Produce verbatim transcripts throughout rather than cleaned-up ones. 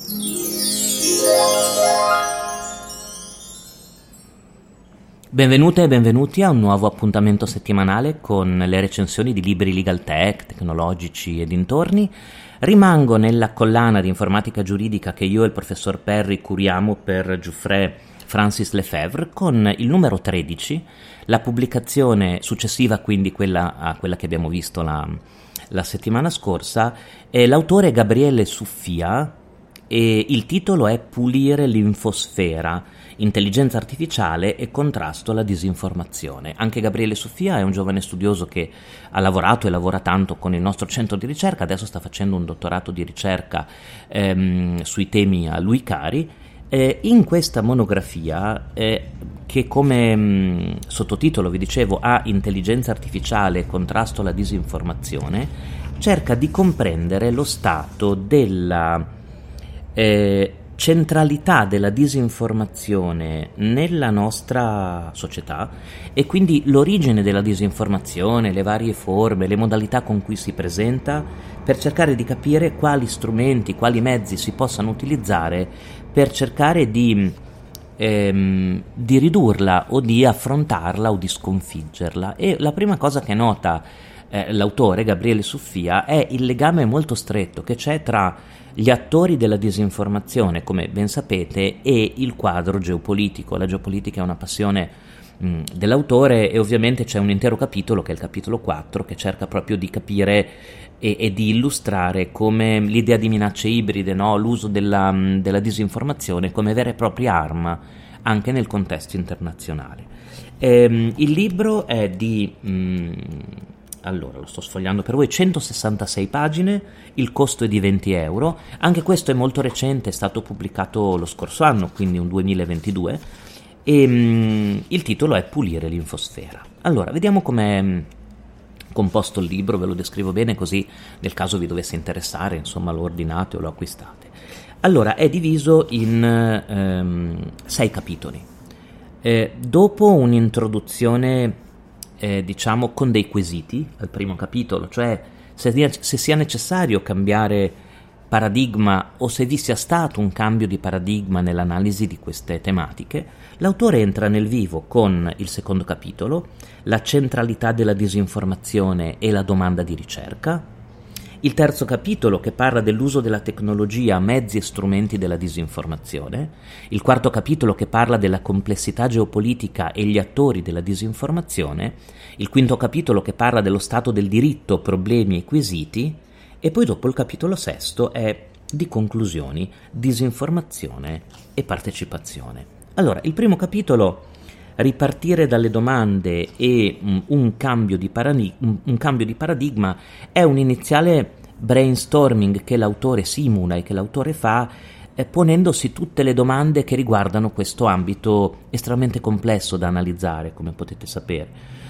Benvenute e benvenuti a un nuovo appuntamento settimanale con le recensioni di libri legal tech, tecnologici e dintorni. Rimango nella collana di informatica giuridica che io e il professor Perry curiamo per Giuffre Francis Lefebvre con il numero tredici, la pubblicazione successiva, quindi quella a quella che abbiamo visto la, la settimana scorsa. E l'autore è Gabriele Suffia e il titolo è Pulire l'infosfera, intelligenza artificiale e contrasto alla disinformazione. Anche Gabriele Suffia è un giovane studioso che ha lavorato e lavora tanto con il nostro centro di ricerca, adesso sta facendo un dottorato di ricerca ehm, sui temi a lui cari. Eh, in questa monografia, eh, che come mh, sottotitolo, vi dicevo, ha intelligenza artificiale e contrasto alla disinformazione, cerca di comprendere lo stato della eh, centralità della disinformazione nella nostra società e quindi l'origine della disinformazione, le varie forme, le modalità con cui si presenta, per cercare di capire quali strumenti, quali mezzi si possano utilizzare per cercare di, ehm, di ridurla o di affrontarla o di sconfiggerla. E la prima cosa che nota eh, l'autore, Gabriele Suffia, è il legame molto stretto che c'è tra gli attori della disinformazione, come ben sapete, e il quadro geopolitico. La geopolitica è una passione mh, dell'autore e ovviamente c'è un intero capitolo, che è il capitolo quattro, che cerca proprio di capire e, e di illustrare come l'idea di minacce ibride, no? L'uso della, della disinformazione come vera e propria arma anche nel contesto internazionale. Ehm, il libro è di... Mh, Allora, lo sto sfogliando per voi, centosessantasei pagine, il costo è di venti euro, anche questo è molto recente, è stato pubblicato lo scorso anno, quindi un duemilaventidue, e mh, il titolo è Pulire l'infosfera. Allora, vediamo com'è composto il libro, ve lo descrivo bene così nel caso vi dovesse interessare, insomma lo ordinate o lo acquistate. Allora, è diviso in ehm, sei capitoli. Eh, dopo un'introduzione Eh, diciamo con dei quesiti al primo capitolo, cioè se, se sia necessario cambiare paradigma o se vi sia stato un cambio di paradigma nell'analisi di queste tematiche, l'autore entra nel vivo con il secondo capitolo, la centralità della disinformazione e la domanda di ricerca, il terzo capitolo che parla dell'uso della tecnologia a mezzi e strumenti della disinformazione, il quarto capitolo che parla della complessità geopolitica e gli attori della disinformazione, il quinto capitolo che parla dello stato del diritto, problemi e quesiti, e poi dopo il capitolo sesto è di conclusioni, disinformazione e partecipazione. Allora, il primo capitolo, ripartire dalle domande e um, un, cambio di paradig- un, un cambio di paradigma, è un iniziale brainstorming che l'autore simula e che l'autore fa eh, ponendosi tutte le domande che riguardano questo ambito estremamente complesso da analizzare, come potete sapere.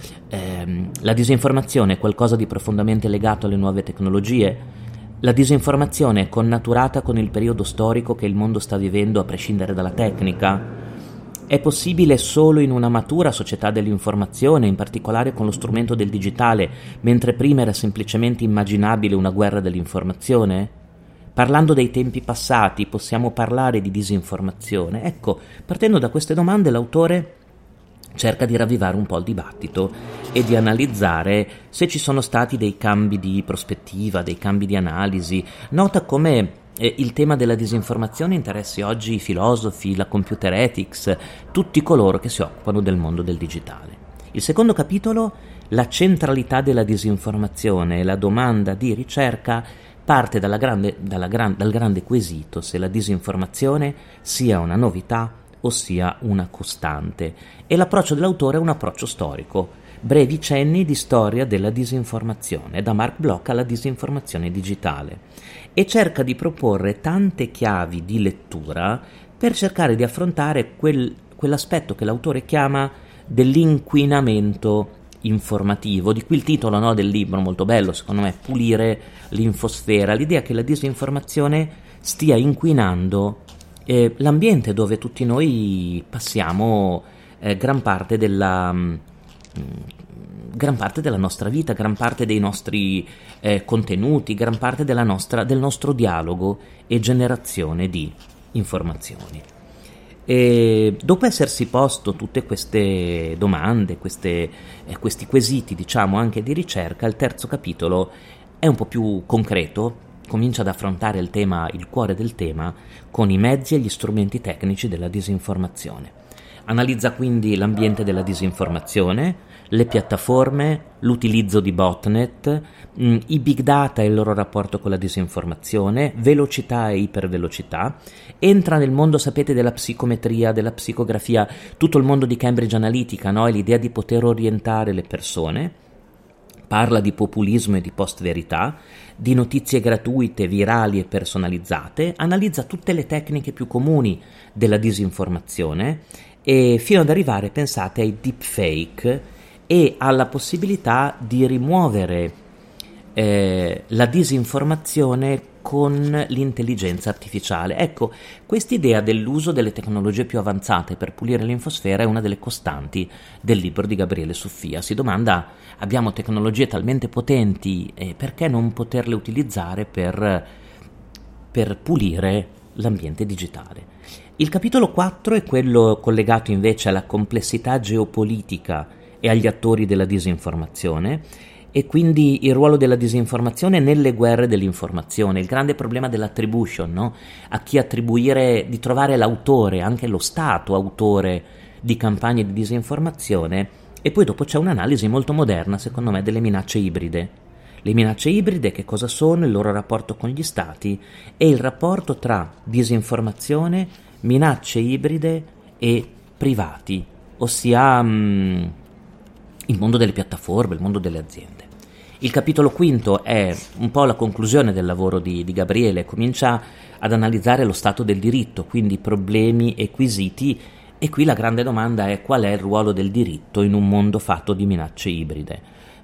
Eh, la disinformazione è qualcosa di profondamente legato alle nuove tecnologie. La disinformazione è connaturata con il periodo storico che il mondo sta vivendo a prescindere dalla tecnica. È possibile solo in una matura società dell'informazione, in particolare con lo strumento del digitale, mentre prima era semplicemente immaginabile una guerra dell'informazione? Parlando dei tempi passati, possiamo parlare di disinformazione? Ecco, partendo da queste domande l'autore cerca di ravvivare un po' il dibattito e di analizzare se ci sono stati dei cambi di prospettiva, dei cambi di analisi. Nota come eh, il tema della disinformazione interessi oggi i filosofi, la computer ethics, tutti coloro che si occupano del mondo del digitale. Il secondo capitolo, la centralità della disinformazione e la domanda di ricerca, parte dalla grande, dalla gran, dal grande quesito se la disinformazione sia una novità o sia una costante, e l'approccio dell'autore è un approccio storico, brevi cenni di storia della disinformazione, da Mark Bloch alla disinformazione digitale, e cerca di proporre tante chiavi di lettura per cercare di affrontare quel, quell'aspetto che l'autore chiama dell'inquinamento informativo, di cui il titolo, no, del libro, molto bello secondo me, Pulire l'infosfera, l'idea che la disinformazione stia inquinando eh, l'ambiente dove tutti noi passiamo eh, gran parte della, mh, gran parte della nostra vita, gran parte dei nostri eh, contenuti, gran parte della nostra, del nostro dialogo e generazione di informazioni. E dopo essersi posto tutte queste domande, queste, eh, questi quesiti, diciamo, anche di ricerca, il terzo capitolo è un po' più concreto, comincia ad affrontare il tema, il cuore del tema, con i mezzi e gli strumenti tecnici della disinformazione. Analizza quindi l'ambiente della disinformazione, le piattaforme, l'utilizzo di botnet, mh, i big data e il loro rapporto con la disinformazione, velocità e ipervelocità. Entra nel mondo, sapete, della psicometria, della psicografia, tutto il mondo di Cambridge Analytica, no? E l'idea di poter orientare le persone. Parla di populismo e di post-verità, di notizie gratuite, virali e personalizzate, analizza tutte le tecniche più comuni della disinformazione e fino ad arrivare, pensate, ai deepfake e alla possibilità di rimuovere eh, la disinformazione con l'intelligenza artificiale. Ecco, quest'idea dell'uso delle tecnologie più avanzate per pulire l'infosfera è una delle costanti del libro di Gabriele Suffia. Si domanda: abbiamo tecnologie talmente potenti, eh, perché non poterle utilizzare per, per pulire l'ambiente digitale? Il capitolo quattro è quello collegato invece alla complessità geopolitica e agli attori della disinformazione, e quindi il ruolo della disinformazione nelle guerre dell'informazione, il grande problema dell'attribution, no? A chi attribuire, di trovare l'autore, anche lo Stato autore di campagne di disinformazione. E poi dopo c'è un'analisi molto moderna, secondo me, delle minacce ibride. Le minacce ibride, che cosa sono, il loro rapporto con gli stati e il rapporto tra disinformazione, minacce ibride e privati, ossia mh, il mondo delle piattaforme, il mondo delle aziende. Il capitolo quinto è un po' la conclusione del lavoro di, di Gabriele, comincia ad analizzare lo stato del diritto, quindi problemi e quesiti, e qui la grande domanda è: qual è il ruolo del diritto in un mondo fatto di minacce ibride?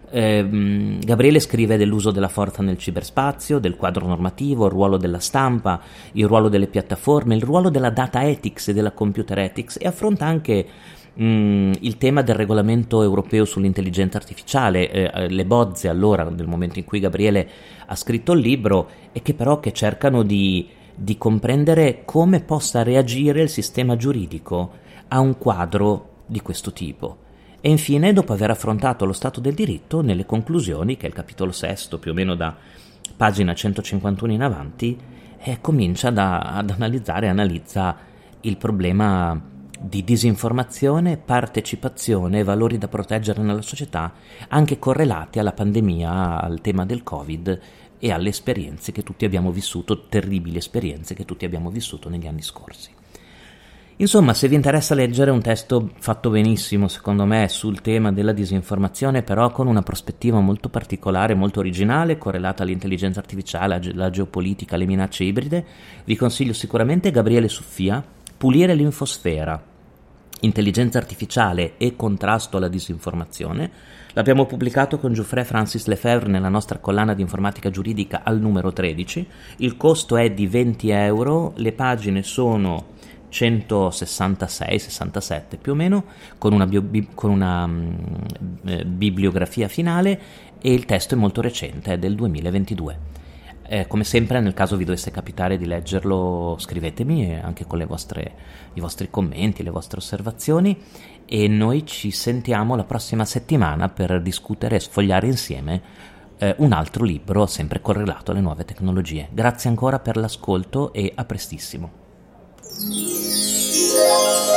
Eh, Gabriele scrive dell'uso della forza nel ciberspazio, del quadro normativo, il ruolo della stampa, il ruolo delle piattaforme, il ruolo della data ethics e della computer ethics, e affronta anche Mm, il tema del regolamento europeo sull'intelligenza artificiale, eh, le bozze allora, nel momento in cui Gabriele ha scritto il libro, e che però che cercano di, di comprendere come possa reagire il sistema giuridico a un quadro di questo tipo. E infine, dopo aver affrontato lo stato del diritto, nelle conclusioni, che è il capitolo sesto, più o meno da pagina centocinquantuno in avanti, eh, comincia da, ad analizzare, analizza il problema di disinformazione, partecipazione e valori da proteggere nella società, anche correlati alla pandemia, al tema del Covid e alle esperienze che tutti abbiamo vissuto, terribili esperienze che tutti abbiamo vissuto negli anni scorsi. Insomma, se vi interessa leggere un testo fatto benissimo, secondo me, sul tema della disinformazione, però con una prospettiva molto particolare, molto originale, correlata all'intelligenza artificiale, alla geopolitica, alle minacce ibride, vi consiglio sicuramente Gabriele Suffia, Pulire l'infosfera, intelligenza artificiale e contrasto alla disinformazione. L'abbiamo pubblicato con Geoffrey Francis Lefebvre nella nostra collana di informatica giuridica al numero tredici. Il costo è di venti euro, le pagine sono centosessantasei sessantasette più o meno, con una, bio, bi, con una um, bibliografia finale, e il testo è molto recente, è del duemilaventidue. Eh, come sempre, nel caso vi dovesse capitare di leggerlo, scrivetemi, eh, anche con le vostre, i vostri commenti, le vostre osservazioni, e noi ci sentiamo la prossima settimana per discutere e sfogliare insieme eh, un altro libro sempre correlato alle nuove tecnologie. Grazie ancora per l'ascolto e a prestissimo.